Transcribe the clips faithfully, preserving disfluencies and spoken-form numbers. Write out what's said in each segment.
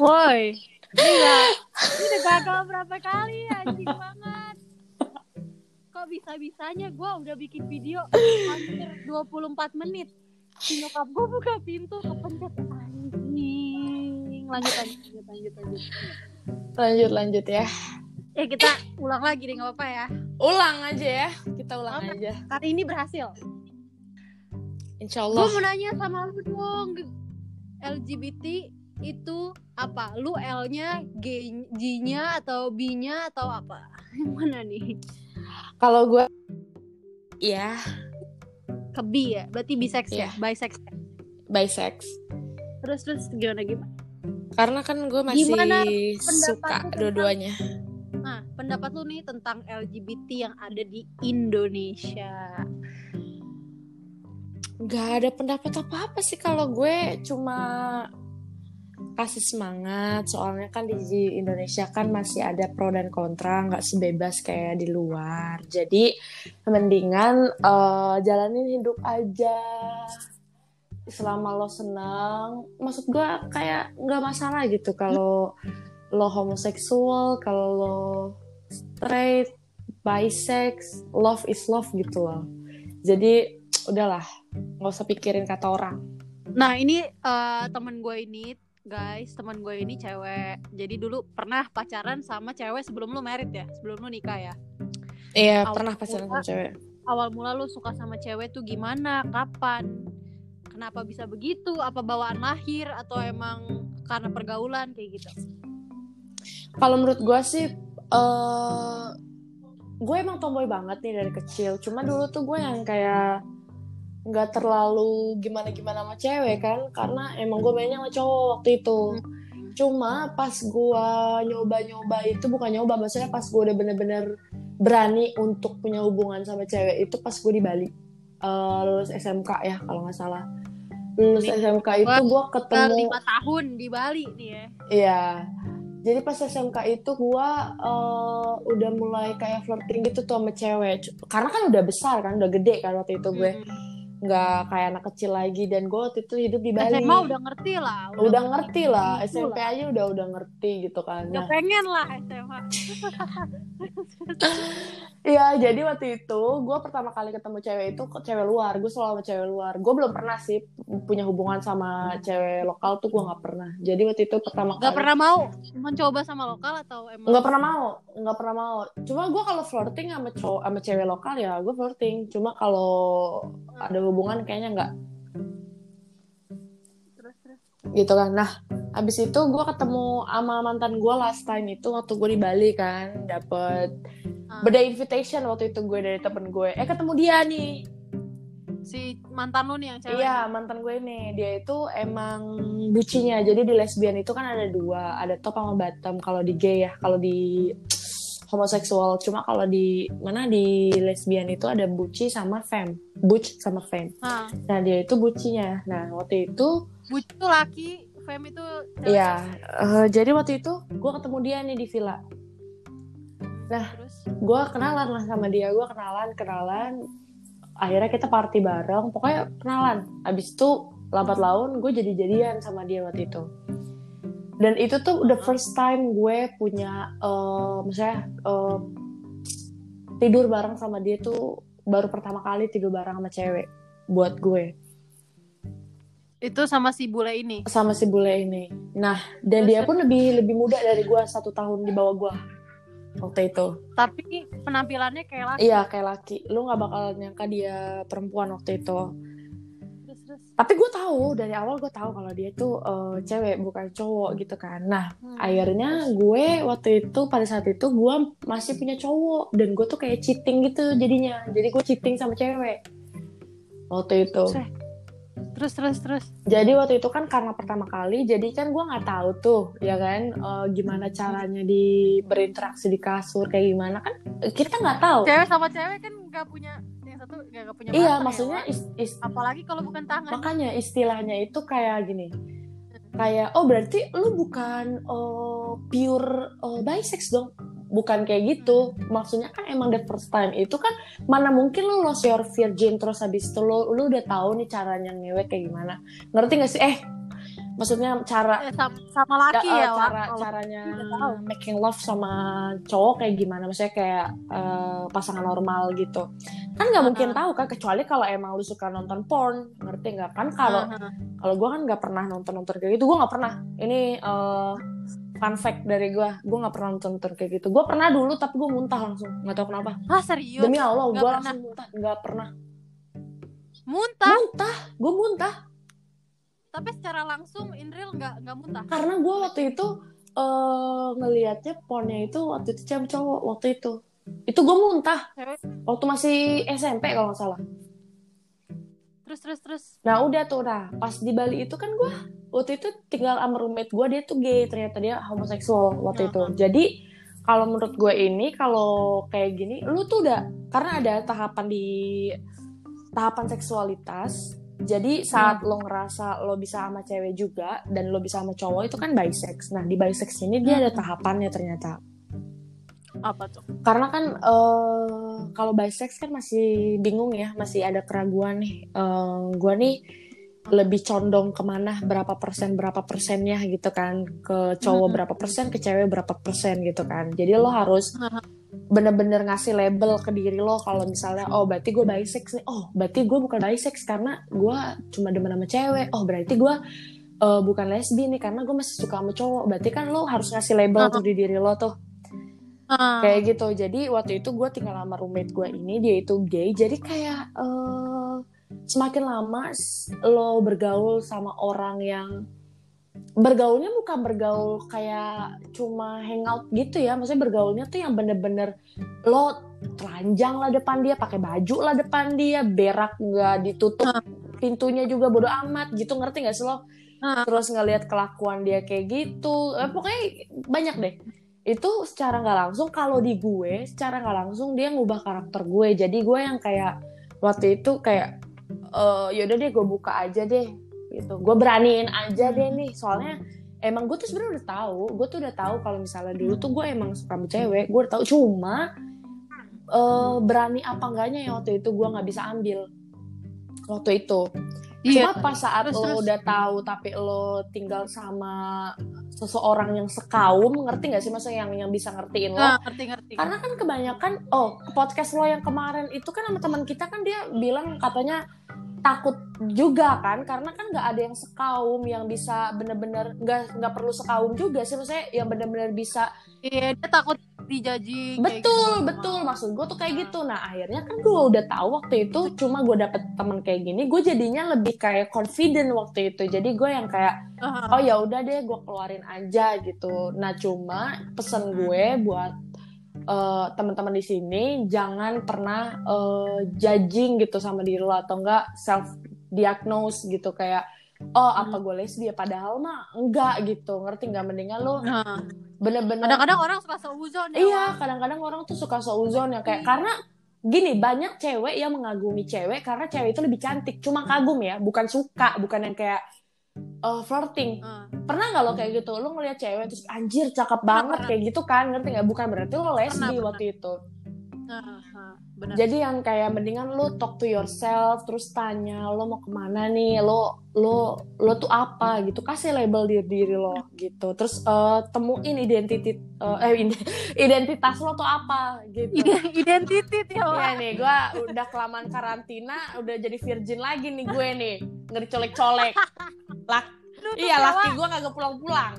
Woi, gila. Ini udah gagal berapa kali, anjing banget. Kok bisa-bisanya gue udah bikin video hampir dua puluh empat menit. Si nyokap gue buka pintu, kepencet, anjing. Lanjut, lanjut, lanjut, lanjut, lanjut. Lanjut, lanjut ya. Eh, kita ulang lagi deh, gak apa-apa ya. Ulang aja ya, kita ulang Oke. aja. Kali ini berhasil. Insya Allah. Gue mau nanya sama lu dong, L G B T itu apa? Lu L-nya, G- G-nya atau B-nya atau apa? Yang mana nih? Kalau gue, ya Ke B ya? Berarti bisex Iya. ya? Bisex ya? bisex. Terus terus gimana gimana? Karena kan gue masih Gimana suka pendapat lu dua-duanya. Nah, pendapat lu nih tentang L G B T yang ada di Indonesia? Gak ada pendapat apa-apa sih kalau gue, cuma kasih semangat. Soalnya kan di Indonesia kan masih ada pro dan kontra, gak sebebas kayak di luar. Jadi mendingan uh, jalanin hidup aja selama lo senang. Maksud gue kayak gak masalah gitu kalau lo homoseksual, kalau lo straight, bisex, love is love gitu loh. Jadi udahlah, nggak usah pikirin kata orang. Nah ini uh, teman gue ini, guys, teman gue ini cewek. Jadi dulu pernah pacaran sama cewek sebelum lu married ya, sebelum lu nikah ya. Iya, Awal pernah pacaran sama mula- cewek. Awal mula lu suka sama cewek tuh gimana? Kapan? Kenapa bisa begitu? Apa bawaan lahir atau emang karena pergaulan kayak gitu? Kalau menurut gue sih, uh, gue emang tomboy banget nih dari kecil. Cuma dulu tuh gue yang kayak nggak terlalu gimana-gimana sama cewek kan, karena emang gue mainnya sama cowok waktu itu. Cuma pas gue nyoba-nyoba itu, bukan nyoba, maksudnya pas gue udah bener-bener berani untuk punya hubungan sama cewek itu pas gue di Bali, uh, lulus S M K ya kalau nggak salah. Lulus S M K itu gue ketemu lima tahun di Bali nih ya. Iya. Jadi pas S M K itu gue uh, udah mulai kayak flirting gitu tuh sama cewek. Karena kan udah besar kan, udah gede kan waktu itu gue. Hmm. Nggak kayak anak kecil lagi, dan gue waktu itu hidup di Bali. S M A udah ngerti lah. Udah, udah ngerti lah, gitu S M P lah. aja udah udah ngerti gitu kan. Ya Nah, pengen lah S M A. iya, jadi waktu itu gue pertama kali ketemu cewek itu cewek luar. Gue selalu sama cewek luar. Gue belum pernah sih punya hubungan sama cewek lokal tuh, gue nggak pernah. Jadi waktu itu pertama Gak kali. pernah mau mencoba sama lokal atau emang? Nggak pernah mau, nggak pernah mau. Cuma gue kalau flirting sama cowok sama cewek lokal ya gue flirting. Cuma kalau ada hubungan kayaknya nggak. Terus terus. Gitu kan. Nah, abis itu gue ketemu sama mantan gue last time itu waktu gue di Bali kan, dapet Ah. beda invitation waktu itu gue dari temen gue. Eh ketemu dia nih. Si mantan lu nih yang cewek. Iya, mantan gue nih. Dia itu emang bucinya. Jadi di lesbian itu kan ada dua, ada top sama bottom. Kalau di gay ya, kalau di homoseksual. Cuma kalau di mana di lesbian itu ada buci sama femme. Butch sama femme. Ah. Nah, dia itu bucinya. Nah, waktu itu Buci itu laki, femme itu cewek. iya, uh, jadi waktu itu gue ketemu dia nih di villa. Nah, Terus gue kenalan lah sama dia. Gue kenalan, kenalan. Akhirnya kita party bareng. Pokoknya kenalan. Abis itu lambat laun gue jadi-jadian sama dia waktu itu. Dan itu tuh the first time gue punya, uh, misalnya uh, tidur bareng sama dia tuh baru pertama kali tidur bareng sama cewek buat gue. itu sama si bule ini. Sama si bule ini. Nah, dan dia pun lebih lebih muda dari gue, satu tahun di bawah gue waktu itu. Tapi penampilannya kayak laki. Iya, kayak laki. Lu nggak bakal nyangka dia perempuan waktu itu. Terus terus. Tapi gue tahu dari awal, gue tahu kalau dia tuh uh, cewek bukan cowok gitu kan. Nah, Hmm. akhirnya gue waktu itu pada saat itu gue masih punya cowok, dan gue tuh kayak cheating gitu jadinya. Jadi gue cheating sama cewek waktu itu. Seh. Terus terus terus. Jadi waktu itu kan karena pertama kali, jadi kan gue nggak tahu tuh, ya kan, uh, gimana caranya di berinteraksi di kasur kayak gimana kan, kita nggak tahu. Cewek sama cewek kan nggak punya, yang satu nggak punya. Iya, mata, maksudnya ya, is, is, apalagi kalau bukan tangan. makanya istilahnya itu kayak gini, kayak oh berarti lu bukan uh, pure uh, bisex dong. Bukan kayak gitu. Maksudnya kan emang the first time itu kan mana mungkin lu lost your virgin terus habis itu lu, lu udah tahu nih caranya ngewek kayak gimana. Ngerti gak sih? Eh Maksudnya cara Eh, sama, sama laki ya, ya, uh, Wak. cara Kalau caranya nggak tahu. making love sama cowok kayak gimana, maksudnya kayak uh, pasangan normal gitu kan nggak mungkin Uh-huh. tahu kan, kecuali kalau emang lu suka nonton porn, ngerti nggak kan? Kalau Uh-huh. kalau gue kan nggak pernah nonton nonton kayak gitu, gue nggak pernah. Ini uh, fun fact dari gue, gue nggak pernah nonton nonton kayak gitu. Gue pernah dulu tapi gue muntah langsung, nggak tahu kenapa. Ah, serius? Demi Allah, Nggak gue pernah. langsung muntah, nggak pernah. Muntah? Muntah, gue muntah. Tapi secara langsung Inril nggak nggak muntah? Karena gue waktu itu uh, ngelihatnya pornnya itu waktu itu cewek cowok waktu itu. Itu gue muntah. Cewek. Waktu masih S M P kalau nggak salah. Terus terus terus. Nah udah tuh, nah pas di Bali itu kan gue waktu itu tinggal sama roommate gue, dia tuh gay, ternyata dia homoseksual waktu itu. Uh-huh. Jadi kalau menurut gue ini, kalau kayak gini, lu tuh udah, karena ada tahapan di tahapan seksualitas. Jadi saat hmm. lo ngerasa lo bisa sama cewek juga dan lo bisa sama cowok, itu kan bisex. Nah di bisex ini dia ada tahapannya ternyata. Apa tuh? Karena kan uh, kalau bisex kan masih bingung ya, masih ada keraguan nih. Uh, gue nih lebih condong kemana, berapa persen berapa persennya gitu kan, ke cowok hmm. berapa persen, ke cewek berapa persen gitu kan. Jadi lo harus bener-bener ngasih label ke diri lo kalau misalnya, oh berarti gue bisex nih, oh berarti gue bukan bisex karena gue cuma demen sama cewek, oh berarti gue uh, bukan lesbi nih karena gue masih suka sama cowok. Berarti kan lo harus ngasih label uh-huh. tuh di diri lo tuh. Uh. Kayak gitu. Jadi waktu itu gue tinggal sama roommate gue ini, dia itu gay. Jadi kayak uh, semakin lama lo bergaul sama orang yang bergaulnya bukan bergaul kayak cuma hangout gitu ya, maksudnya bergaulnya tuh yang bener-bener lo telanjang lah depan dia, pakai baju lah depan dia, berak nggak ditutup uh. pintunya juga bodo amat gitu, ngerti nggak sih lo? Uh. Terus ngelihat kelakuan dia kayak gitu, eh, pokoknya banyak deh. Itu secara nggak langsung, kalau di gue secara nggak langsung dia ngubah karakter gue. Jadi gue yang kayak waktu itu kayak uh, yaudah deh gue buka aja deh gitu, gue beraniin aja deh nih, soalnya emang gue tuh sebenarnya udah tahu, gue tuh udah tahu kalau misalnya dulu tuh gue emang suka sama cewek, gue udah tahu, cuma uh, berani apa enggaknya ya waktu itu gue nggak bisa ambil waktu itu. Cuma pas saat terus, lo terus. udah tahu tapi lo tinggal sama seseorang yang sekaum, ngerti nggak sih maksudnya, yang yang bisa ngertiin lo? Ah, ngerti ngerti. Karena kan kebanyakan, oh podcast lo yang kemarin itu kan sama teman kita kan dia bilang katanya takut juga kan, karena kan nggak ada yang sekaum yang bisa bener-bener, nggak nggak perlu sekaum juga sih maksudnya, yang bener-bener bisa. Iya, dia takut dijajing. Betul gitu. betul, maksud gue tuh kayak gitu. Nah akhirnya kan gue udah tahu waktu itu, cuma gue dapet temen kayak gini, gue jadinya lebih kayak confident waktu itu. Jadi gue yang kayak oh ya udah deh gue keluarin aja gitu. Nah cuma pesan gue buat Uh, teman-teman di sini, jangan pernah uh, judging gitu sama diri lo, atau enggak self diagnose gitu kayak oh apa gue lesbi ya, padahal mah enggak gitu, ngerti nggak? Mendingan lo bener-bener, kadang-kadang orang suka seuzon ya. Iya, kadang-kadang orang tuh suka seuzon ya, kayak karena gini, banyak cewek yang mengagumi cewek karena cewek itu lebih cantik, cuma kagum ya, bukan suka, bukan yang kayak Uh, flirting. Uh. Pernah nggak lo kayak gitu? Lo ngeliat cewek terus anjir cakep banget pernah. Kayak gitu kan, ngerti nggak? Bukan berarti lo lesbi pernah, waktu pernah. itu. Uh, uh, benar. Jadi yang kayak mendingan lo talk to yourself, terus tanya lo mau kemana nih, lo lo lo tuh apa gitu, kasih label diri diri lo gitu. Terus uh, temuin identiti uh, eh identitas lo tuh apa gitu. Identiti ya. Iya nih, gue udah kelamaan karantina, udah jadi virgin lagi nih gue nih, ngeri colek-colek. Lak, iya laki gue kagak pulang-pulang.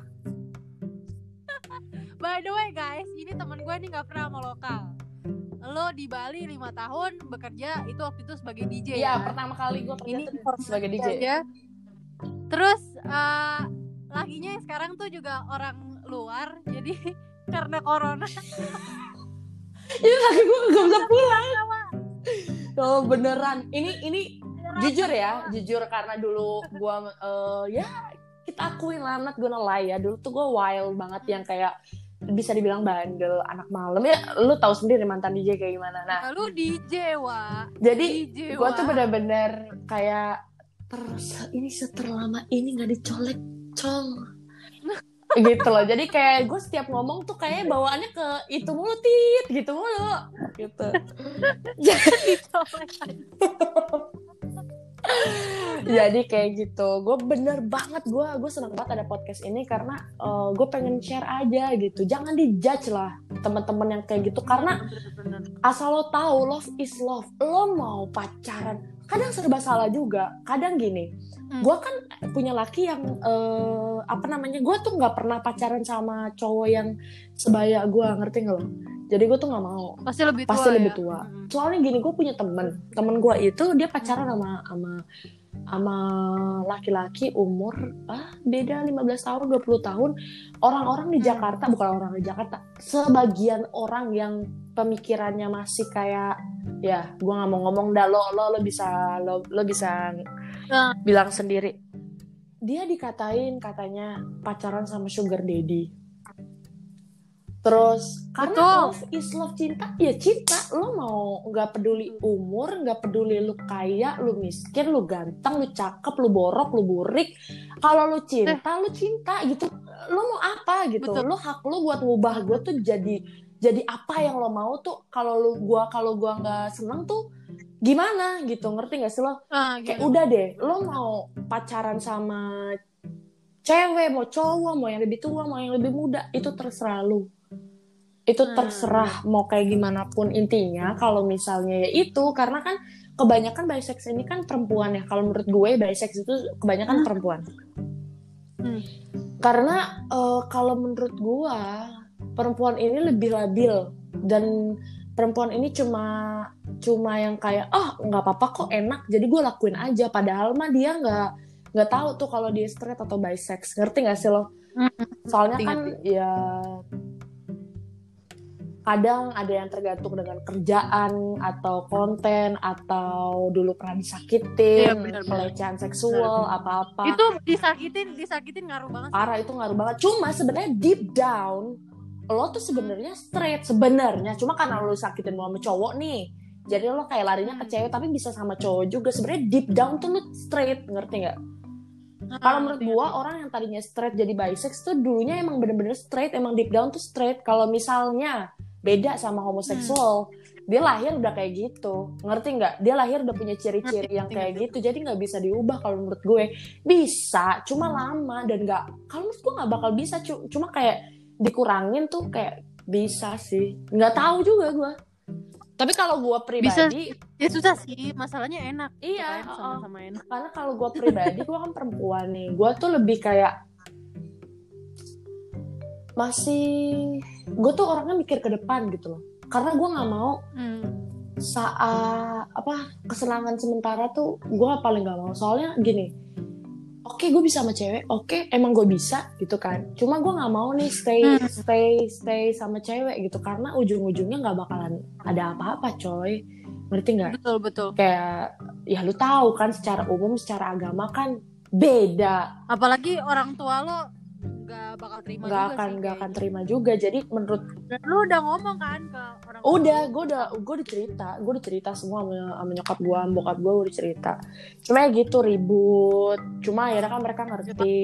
By the way guys, ini teman gue nih nggak pernah mau lokal. Lo di Bali lima tahun bekerja itu waktu itu sebagai D J. Iya, ya? Pertama kali gue kerja ini sebagai D J. Ya. Terus uh, lakinya sekarang tuh juga orang luar, jadi karena corona. Iya, laki gue nggak bisa pulang. Oh beneran. Ini ini jujur ya, jujur karena dulu gue uh, ya kita akuin lah, not gonna lie ya, dulu tuh gue wild banget yang kayak bisa dibilang bandel, anak malam ya, lu tahu sendiri mantan D J kayak gimana. Nah, lu D J wa, jadi gue tuh bener-bener kayak terus ini seterlama ini nggak dicolek cong gitu loh. Jadi kayak gue setiap ngomong tuh kayak bawaannya ke itu mulu, tit gitu mulu gitu. Jangan dicolek. Jadi kayak gitu. Gue bener banget, gue gue seneng banget ada podcast ini karena uh, gue pengen share aja gitu. Jangan dijudge lah teman-teman yang kayak gitu, karena asal lo tahu love is love. Lo mau pacaran, kadang serba salah juga. Kadang gini, hmm. gue kan punya laki yang uh, apa namanya, gue tuh nggak pernah pacaran sama cowok yang sebaya gue, ngerti nggak lo? Jadi gue tuh nggak mau. Pasti lebih tua. Pasti ya? lebih tua. Hmm. Soalnya gini, gue punya temen, temen gue itu dia pacaran sama sama sama laki-laki umur ah beda lima belas tahun, dua puluh tahun. Orang-orang di Jakarta, bukan orang di Jakarta, sebagian orang yang pemikirannya masih kayak, ya gue nggak mau ngomong dah, lo lo lo bisa lo lo bisa uh. bilang sendiri. Dia dikatain katanya pacaran sama sugar daddy. Terus karena Betul. love is love, cinta ya cinta. Lo mau nggak peduli umur, nggak peduli lu kaya, lu miskin, lu ganteng, lu cakep, lu borok, lu burik. Kalau lu cinta, eh. lu cinta gitu. Lo mau apa gitu? Betul. Lo hak lo buat ngubah gue tuh jadi jadi apa yang lo mau tuh. Kalau lu gua kalau gua nggak seneng tuh gimana gitu, ngerti nggak sih lo? Ah, kayak udah deh, lo mau pacaran sama cewek, mau cowok, mau yang lebih tua, mau yang lebih muda, itu terserah lu. Itu terserah mau kayak gimana pun. Intinya kalau misalnya ya itu, karena kan kebanyakan bisex ini kan perempuan ya. Kalau menurut gue bisex itu kebanyakan hmm. perempuan. Hmm. Karena uh, kalau menurut gue perempuan ini lebih labil, dan perempuan ini cuma cuma yang kayak oh nggak apa-apa kok, enak, jadi gue lakuin aja. Padahal mah dia nggak nggak tahu tuh kalau dia straight atau bisex, ngerti nggak sih lo? Soalnya kan ya kadang ada yang tergantung dengan kerjaan atau konten atau dulu pernah disakitin, ya, pelecehan seksual, bener. Apa-apa. Itu disakitin, disakitin ngaruh banget. Parah, itu ngaruh banget. Cuma sebenarnya deep down lo tuh sebenarnya straight sebenarnya. Cuma karena lo sakitin sama cowok nih, jadi lo kayak larinya ke cewek, tapi bisa sama cowok juga. Sebenarnya deep down tuh lo straight, ngerti nggak? Hmm, kalau menurut gue orang yang tadinya straight jadi bisex tuh dulunya emang bener-bener straight, emang deep down tuh straight. Kalau misalnya beda sama homoseksual, hmm. dia lahir udah kayak gitu, ngerti nggak? Dia lahir udah punya ciri-ciri yang kayak gitu, jadi nggak bisa diubah. Kalau menurut gue bisa, cuma lama dan nggak. Kalau menurut gue nggak bakal bisa, cuma kayak dikurangin tuh kayak bisa sih, nggak tahu juga gue. Tapi kalau gue pribadi, bisa, ya susah sih, masalahnya enak. Iya, sama-sama enak. Karena kalau gue pribadi, gue kan perempuan nih, gue tuh lebih kayak masih, gue tuh orangnya mikir ke depan gitu loh. Karena gue nggak mau hmm. saat apa kesenangan sementara tuh gue paling nggak mau. Soalnya gini, oke okay, gue bisa sama cewek, oke okay, emang gue bisa gitu kan. Cuma gue nggak mau nih stay hmm. stay stay sama cewek gitu, karena ujung-ujungnya nggak bakalan ada apa-apa, coy. Ngerti nggak? Betul betul. Kayak ya lu tahu kan, secara umum, secara agama kan beda. Apalagi orang tua lo nggak bakal terima gak juga akan sih, nggak akan terima juga. Jadi menurut lu udah ngomong kan ke orang udah gue udah gue udah cerita gue udah cerita semua sama, sama nyokap gue, bokap gue udah cerita. Cuma ya gitu, ribut. Cuma akhirnya kan mereka ngerti.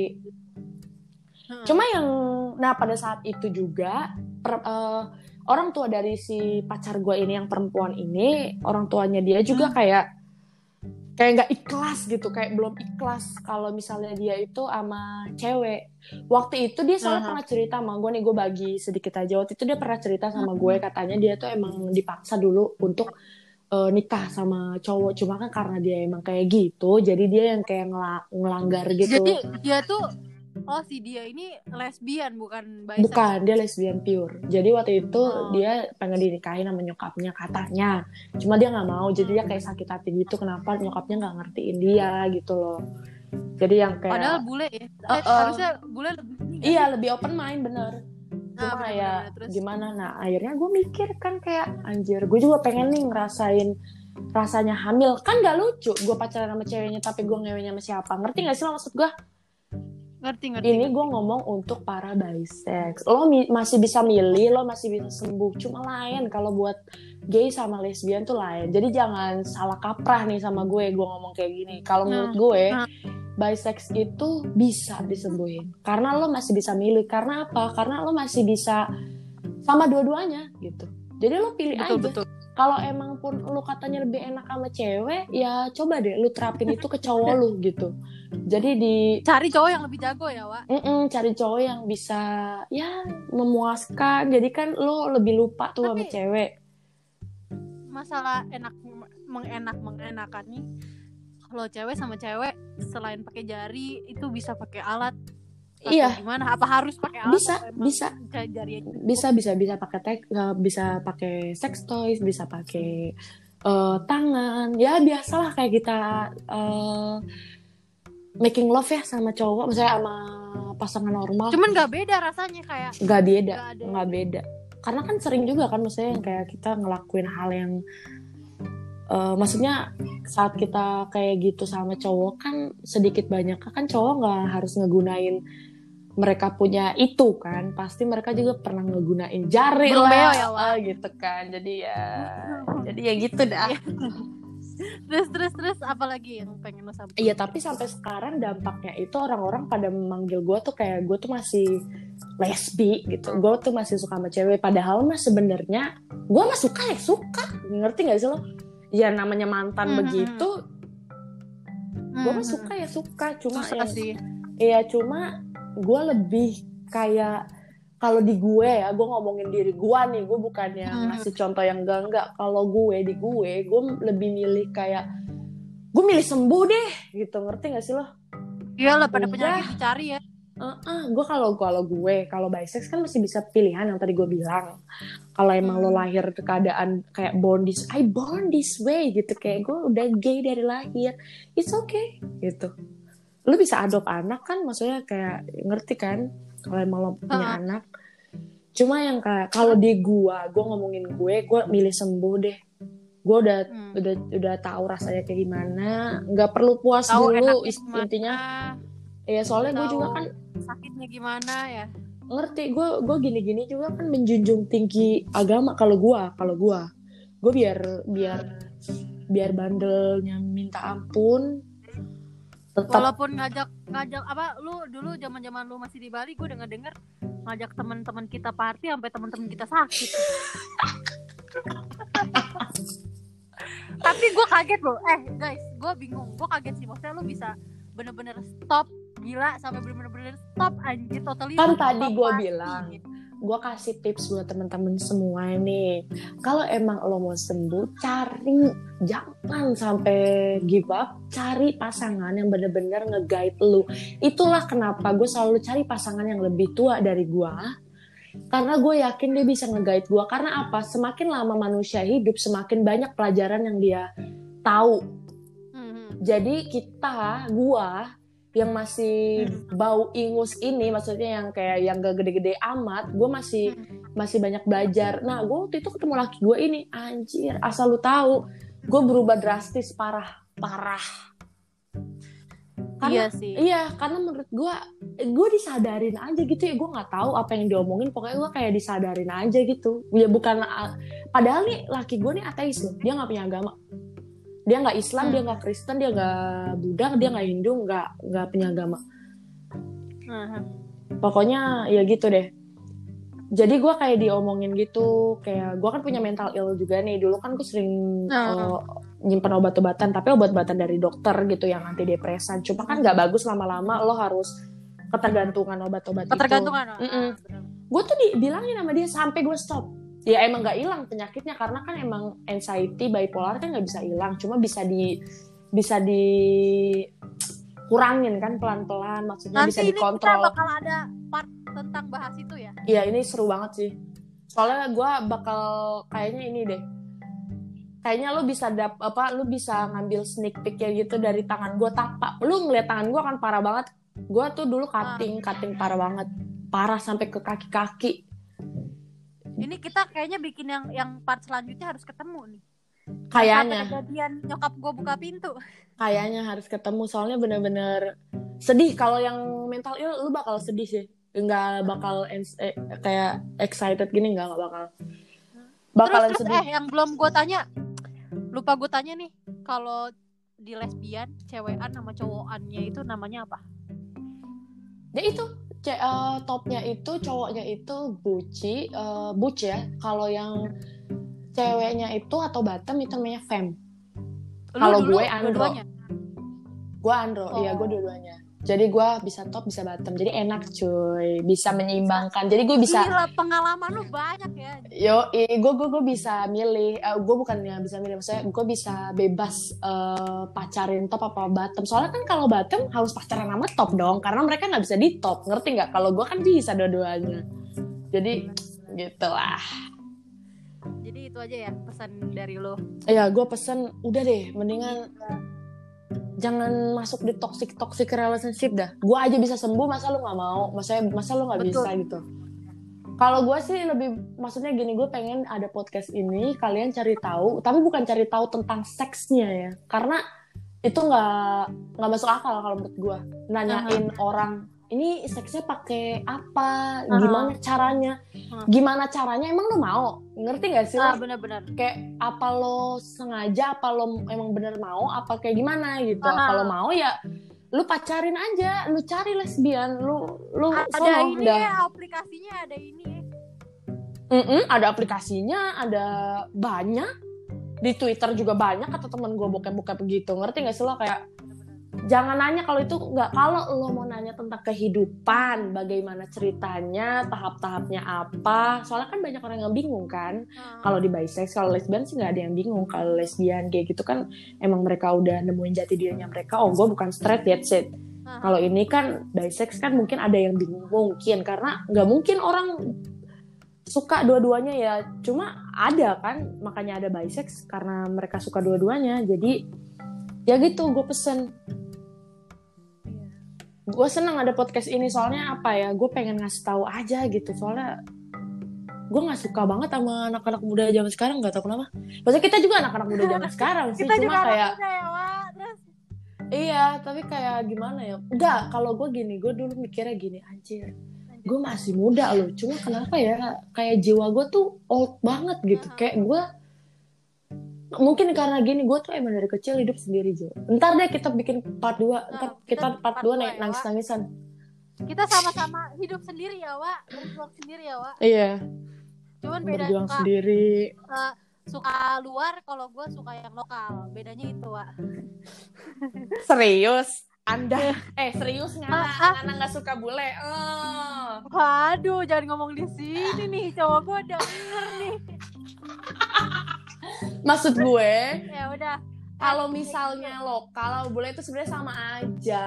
hmm. Cuma yang nah pada saat itu juga per, uh, orang tua dari si pacar gue ini yang perempuan ini, orang tuanya dia juga hmm. kayak kayak nggak ikhlas gitu, kayak belum ikhlas kalau misalnya dia itu sama cewek. Waktu itu dia soalnya uh-huh. pernah cerita sama gue nih, gue bagi sedikit aja. Waktu itu dia pernah cerita sama gue, katanya dia tuh emang dipaksa dulu untuk uh, nikah sama cowok. Cuma kan karena dia emang kayak gitu, jadi dia yang kayak ngel- ngelanggar gitu. Jadi dia tuh, oh si dia ini lesbian bukan bisex? Bukan, dia lesbian pure. Jadi waktu itu oh. dia pengen dinikahin sama nyokapnya katanya. Cuma dia nggak mau, jadi dia kayak sakit hati gitu. Kenapa nyokapnya nggak ngertiin dia gitu loh. Jadi yang kayak padahal bule ya, uh, uh, harusnya bule lebih iya lebih open mind, bener. Cuma nah, ya bener, gimana? Nah akhirnya gue mikir kan kayak anjir, gue juga pengen nih ngerasain rasanya hamil. Kan nggak lucu gue pacaran sama ceweknya tapi gue ngewenya sama siapa, ngerti nggak sih lo maksud gue? Ngerti, ngerti. Ini gue ngomong untuk para bisex. Lo mi- masih bisa milih, lo masih bisa sembuh. Cuma lain kalau buat gay sama lesbian tuh lain. Jadi jangan salah kaprah nih sama gue. Gue ngomong kayak gini. Kalau nah, menurut gue, nah. bisex itu bisa disembuhin. Karena lo masih bisa milih. Karena apa? Karena lo masih bisa sama dua-duanya gitu. Jadi lo pilih betul, aja. Betul. kalau emang pun lu katanya lebih enak sama cewek, ya coba deh lu terapin itu ke cowok lu gitu. Jadi di cari cowok yang lebih jago ya, Wak. Mm-mm, cari cowok yang bisa ya memuaskan. Jadi kan lu lebih lupa tuh sama Tapi cewek. masalah enak mengenak mengenakan nih, kalau cewek sama cewek selain pakai jari itu bisa pakai alat. Atau Iya. gimana? Apa harus pakai alat? Bisa, bisa. Jari aja. Bisa, bisa, bisa pakai tek, bisa pakai sex toys, bisa pakai uh, tangan. Ya biasalah kayak kita uh, making love ya sama cowok, misalnya sama pasangan normal. Cuman nggak beda rasanya kayak. Nggak beda, nggak beda. Karena kan sering juga kan, maksudnya yang kayak kita ngelakuin hal yang Uh, maksudnya saat kita kayak gitu sama cowok kan sedikit banyak kan cowok nggak harus ngegunain mereka punya itu kan, pasti mereka juga pernah ngegunain jari Belum lah ya, uh, gitu kan, jadi ya jadi ya gitu dah. terus terus terus apalagi yang pengen lo sampaikan? Iya, tapi sampai sekarang dampaknya itu orang-orang pada memanggil gue tuh kayak gue tuh masih lesbi gitu, gue tuh masih suka sama cewek, padahal mah sebenarnya gue mah suka ya suka, ngerti nggak sih lo? Ya namanya mantan mm-hmm. begitu, mm-hmm. gue mah suka ya suka, cuma Susah yang, sih. Iya cuma gue lebih kayak kalau di gue ya, gue ngomongin diri gue nih, gue bukannya mm-hmm. ngasih contoh yang enggak enggak. Kalau gue di gue, gue lebih milih kayak gue milih sembuh deh, gitu, ngerti nggak sih lo? Iya lah, pada penyakit dicari ya. Uh-uh. Gue kalau kalau gue kalau bisex kan masih bisa pilihan yang tadi gue bilang. Kalau emang hmm. lo lahir ke keadaan kayak born this, I born this way gitu, kayak gue udah gay dari lahir, it's okay gitu. Lo bisa adopt anak kan, maksudnya kayak ngerti kan? Kalau emang lo punya uh. anak. Cuma yang kayak kalau di gue, gue ngomongin gue, gue milih sembuh deh. Gue udah hmm. udah udah tahu rasanya kayak gimana, nggak perlu puas tau dulu intinya. Ya soalnya gue juga kan sakitnya gimana ya, ngerti gue gue gini-gini juga kan menjunjung tinggi agama. Kalau gue kalau gue gue biar biar biar bandelnya minta ampun tetap. Walaupun ngajak ngajak apa lu dulu zaman-zaman lu masih di Bali, gue denger-denger ngajak teman-teman kita party sampai teman-teman kita sakit. Tapi gue kaget loh, eh guys, gue bingung, gue kaget sih, maksudnya lu bisa bener-bener stop gila sampai bener-bener stop anjir totally. Kan tadi gue bilang, gue kasih tips buat temen-temen semua nih, kalau emang lo mau sembuh, cari, jangan sampai give up, cari pasangan yang bener-bener nge-guide lo. Itulah kenapa gue selalu cari pasangan yang lebih tua dari gue, karena gue yakin dia bisa nge-guide gue. Karena apa? Semakin lama manusia hidup, semakin banyak pelajaran yang dia tahu. Mm-hmm. Jadi kita, gue yang masih bau ingus ini, maksudnya yang kayak yang gak gede-gede amat, gue masih masih banyak belajar. Nah, gue waktu itu ketemu laki gue ini, anjir, asal lu tahu, gue berubah drastis, parah, parah. Karena, iya sih. Iya, karena menurut gue, gue disadarin aja gitu ya, gue nggak tahu apa yang diomongin, pokoknya gue kayak disadarin aja gitu. Ya bukan, padahal nih laki gue nih ateis loh, dia nggak punya agama. Dia nggak Islam, hmm. dia nggak Kristen, dia nggak Buddha, dia nggak Hindu, nggak nggak punya agama. Uh-huh. Pokoknya ya gitu deh. Jadi gue kayak diomongin gitu, kayak gue kan punya mental ill juga nih. Dulu kan gue sering uh-huh. uh, nyimpen obat-obatan, tapi obat-obatan dari dokter gitu yang antidepresan. Cuma kan nggak bagus lama-lama, lo harus ketergantungan obat-obat ketergantungan, itu. Ketergantungan. Gue tuh dibilangin sama dia sampai gue stop. Ya emang gak hilang penyakitnya, karena kan emang anxiety, bipolar kan gak bisa hilang, cuma bisa di bisa dikurangin kan pelan-pelan, maksudnya nanti bisa dikontrol. Nanti ini kita bakal ada part tentang bahas itu ya? Iya, ini seru banget sih. Soalnya gue bakal kayaknya ini deh, kayaknya lu bisa dap apa, lu bisa ngambil sneak peek ya gitu dari tangan gue. Tampak lu ngeliat tangan gue kan parah banget. Gue tuh dulu cutting, ah. cutting parah banget, parah sampai ke kaki-kaki. Ini kita kayaknya bikin yang yang part selanjutnya harus ketemu nih. Kayaknya. Kejadian nyokap gue buka pintu. Kayaknya harus ketemu, soalnya bener-bener sedih. Kalau yang mental ill lu bakal sedih sih. Enggak bakal eh, kayak excited gini, enggak enggak bakal. Bakalan terus, terus, sedih. Eh yang belum gue tanya, lupa gue tanya nih, kalau di lesbian cewekan sama cowokannya itu namanya apa? Ya itu. C- uh, topnya itu cowoknya itu buci, uh, buc ya. Kalau yang ceweknya itu atau bottom itu namanya fem. Lu Kalau dulu gue andro. dua-duanya? Gue andro, Oh. iya gue dua-duanya. Jadi gue bisa top bisa bottom. Jadi enak cuy, bisa menyeimbangkan. Jadi gue bisa. Gila, pengalaman lu banyak ya. Yo, gue gue gue bisa milih. Uh, gue bukannya bisa milih, maksudnya gue bisa bebas uh, pacarin top apa bottom. Soalnya kan kalau bottom harus pacaran sama top dong, karena mereka nggak bisa di top, ngerti nggak? Kalau gue kan bisa dua-duanya. Jadi gitulah. Jadi itu aja ya pesan dari lo. Ya gue pesen udah deh, mendingan jangan masuk di toxic toxic relationship dah. Gue aja bisa sembuh, masa lu nggak mau? Masa masa lu nggak bisa gitu? Kalau gue sih lebih, maksudnya gini, gue pengen ada podcast ini kalian cari tahu, tapi bukan cari tahu tentang seksnya ya, karena itu nggak nggak masuk akal kalau menurut gue. Nanyain uh-huh. orang ini seksnya pakai apa, uh-huh. gimana caranya, uh-huh. gimana caranya, emang lo mau? Ngerti gak sih? Ah, benar-benar. Kayak apa lo sengaja, apa lo emang bener mau, apa kayak gimana gitu. Uh-huh. Kalau mau ya lu pacarin aja, lu cari lesbian, lu lu ada solo, ini dah. Ya, aplikasinya ada ini. Mm-mm, ada aplikasinya, ada banyak. Di Twitter juga banyak kata temen gue bokep-bokep begitu. Ngerti gak sih lo kayak jangan nanya kalau itu nggak, kalau lo mau nanya tentang kehidupan, bagaimana ceritanya, tahap-tahapnya apa. Soalnya kan banyak orang yang bingung kan. Hmm. Kalau di bisex, kalau lesbian sih nggak ada yang bingung. Kalau lesbian kayak gitu kan emang mereka udah nemuin jati dirinya mereka. Oh, gue bukan straight yet shit. Hmm. Kalau ini kan bisex kan mungkin ada yang bingung, mungkin karena nggak mungkin orang suka dua-duanya ya. Cuma ada kan, makanya ada bisex karena mereka suka dua-duanya. Jadi ya gitu, gue pesen. Gue seneng ada podcast ini, soalnya apa ya, gue pengen ngasih tahu aja gitu. Soalnya gue nggak suka banget sama anak-anak muda zaman sekarang, nggak tahu kenapa. Maksudnya kita juga anak-anak muda zaman sekarang sih, kita cuma juga kayak muda ya, Wak. Terus iya, tapi kayak gimana ya? Enggak, kalau gue gini, gue dulu mikirnya gini, anjir, gue masih muda loh, cuma kenapa ya kayak jiwa gue tuh old banget gitu. Uh-huh. Kayak gue mungkin karena gini, gue tuh emang dari kecil hidup sendiri, Jo. Ntar deh kita bikin part dua, ntar nah, kita, kita part dua naik ya, nangis-nangisan. Kita sama-sama hidup sendiri ya, Wak. Berjuang sendiri ya, Wak. Iya. Cuman beda berjuang suka, sendiri. Uh, suka luar, kalau gue suka yang lokal. Bedanya itu, Wak. Serius? Anda? eh, serius Ngana? Ah, Ngana gak suka bule? Oh. Waduh, jangan ngomong di sini nih. Cowok gue denger nih. Maksud gue, ya udah. Kalau misalnya lokal, bule itu sebenarnya sama aja.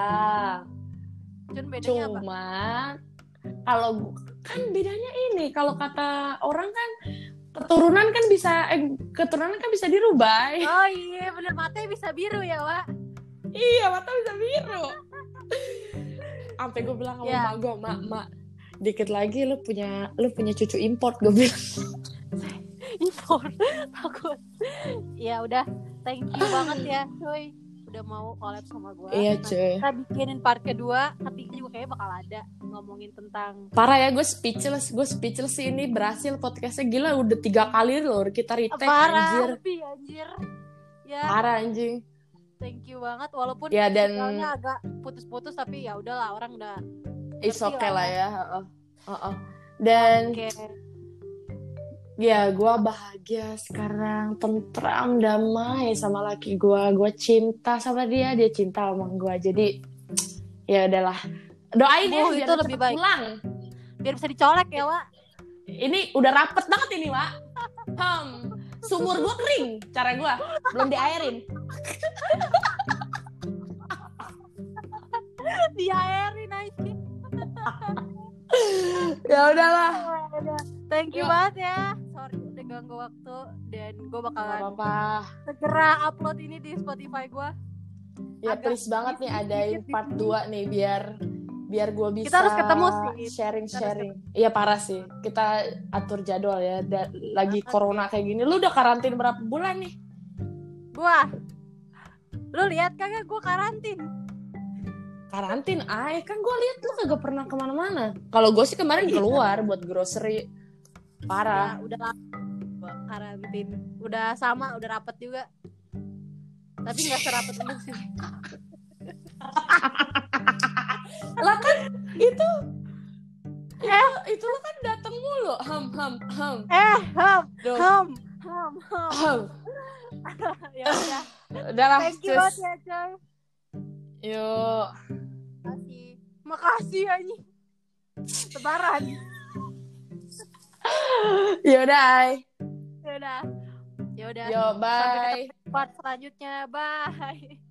Cuma Cuma kalau kan bedanya ini, kalau kata orang kan keturunan kan bisa, eh, keturunan kan bisa dirubah. Oh iya, bener, matanya bisa biru ya, Wak. Iya, mata bisa biru. Sampai gue bilang sama yeah. mak gue, mak, mak, dikit lagi lu punya, lu punya cucu import, gue bilang. Import, takut. Ya udah, thank you banget ya, cuy. Udah mau collab sama gue. Iya, cuy. Kita bikinin part kedua, ketiga juga kayaknya bakal ada ngomongin tentang. Parah ya, gue speechless, gue speechless sih, ini berhasil podcastnya, gila udah tiga kali loh kita retake. Parah, anjir. Lebih, anjir. Ya. Parah anjing. Thank you banget, walaupun ya, dan agak putus-putus, tapi ya udahlah, orang udah. It's okay lah ya. Uh-uh. Uh-uh. Dan. Okay. Ya, gue bahagia sekarang, tentram, damai sama laki gue. Gue cinta sama dia, dia cinta sama gue. Jadi, ya udahlah. Doain oh, ya, biar itu lebih baik. Pulang. Biar bisa dicolek ya, Wak. Ini udah rapet banget ini, Wak. Hmm, sumur gue kering, cara gue. Belum diairin. Diairin aja. Ya udahlah. Thank you Yuk. banget ya. Sorry udah ganggu waktu, dan gue bakalan apa-apa. segera upload ini di Spotify gue. Ya Agak please banget nih adain part dua nih, biar biar gue bisa kita harus ketemu sih. sharing-sharing. Iya parah sih. Kita atur jadwal ya. Da- lagi okay. corona kayak gini. Lu udah karantin berapa bulan nih? Gua. Lu lihat kagak gue karantin? Karantin, ay kan gue lihat lu kagak pernah kemana-mana. Kalau gue sih kemarin keluar buat grocery. Parah. Ya, udah karantin, udah sama, udah rapet juga. Tapi nggak serapet lu sih. Lah kan itu, eh itu lu kan dateng mulu, ham ham ham. Eh ham Duh. ham ham. Udahlah, Thank you cus. banget ya, Coy. Yuk. Makasih. Makasih anjing. Lebaran. Yaudah. Ya udah. Ya udah. Yo, Sampai bye. ketemu di part selanjutnya. Bye.